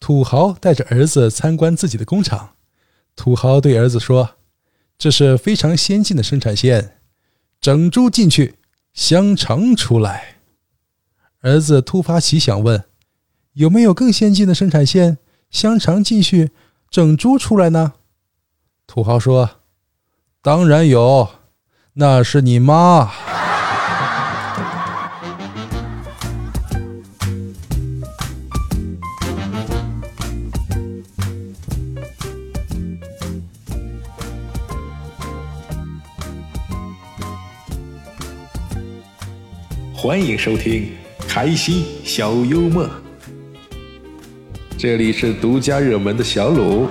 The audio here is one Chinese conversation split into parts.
土豪带着儿子参观自己的工厂。土豪对儿子说：“这是非常先进的生产线，整猪进去，香肠出来。”儿子突发奇想问：“有没有更先进的生产线，香肠进去，整猪出来呢？”土豪说：“当然有，那是你妈。” 欢迎收听开心小幽默，这里是独家热门的小鲁。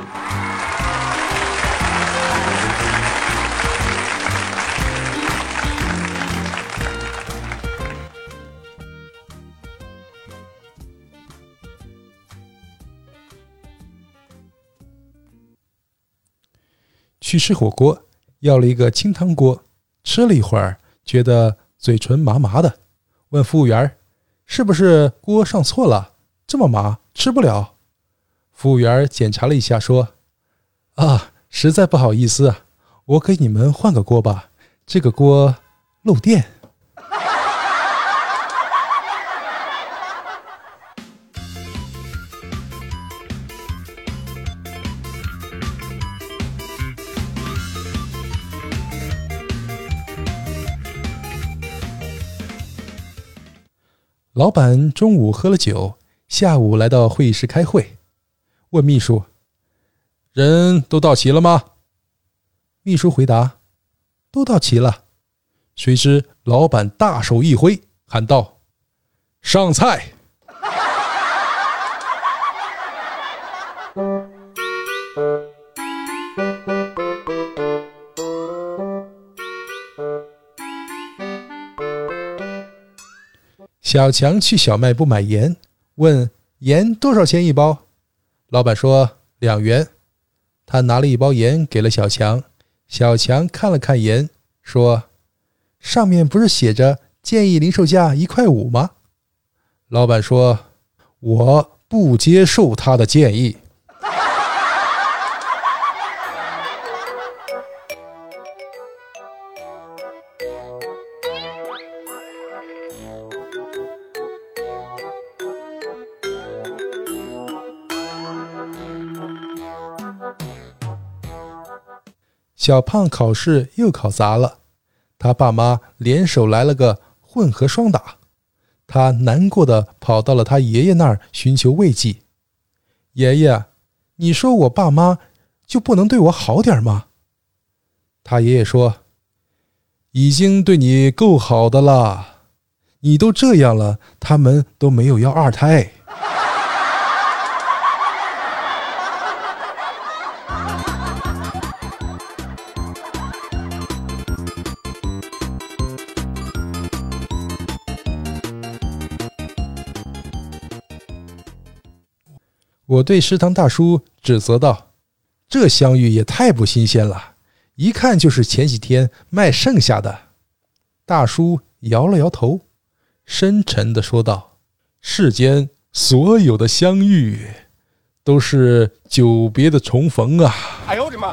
去吃火锅，要了一个清汤锅，吃了一会儿，觉得嘴唇麻麻的，问服务员：“是不是锅上错了？这么麻，吃不了。”服务员检查了一下，说：“啊，实在不好意思啊，我给你们换个锅吧，这个锅漏电。”老板中午喝了酒，下午来到会议室开会，问秘书：“人都到齐了吗？”秘书回答：“都到齐了。”谁知老板大手一挥，喊道：“上菜！”小强去小卖部买盐，问盐多少钱一包？老板说2元。他拿了一包盐给了小强，小强看了看盐，说：“上面不是写着建议零售价1块5吗？”老板说：“我不接受他的建议。”小胖考试又考砸了，他爸妈联手来了个混合双打，他难过的跑到了他爷爷那儿寻求慰藉。“爷爷，你说我爸妈就不能对我好点吗？”他爷爷说：“已经对你够好的了，你都这样了，他们都没有要2胎。”我对食堂大叔指责道：“这香芋也太不新鲜了，一看就是前几天卖剩下的。”大叔摇了摇头，深沉地说道：“世间所有的相遇，都是久别的重逢啊！”哎呦我的妈！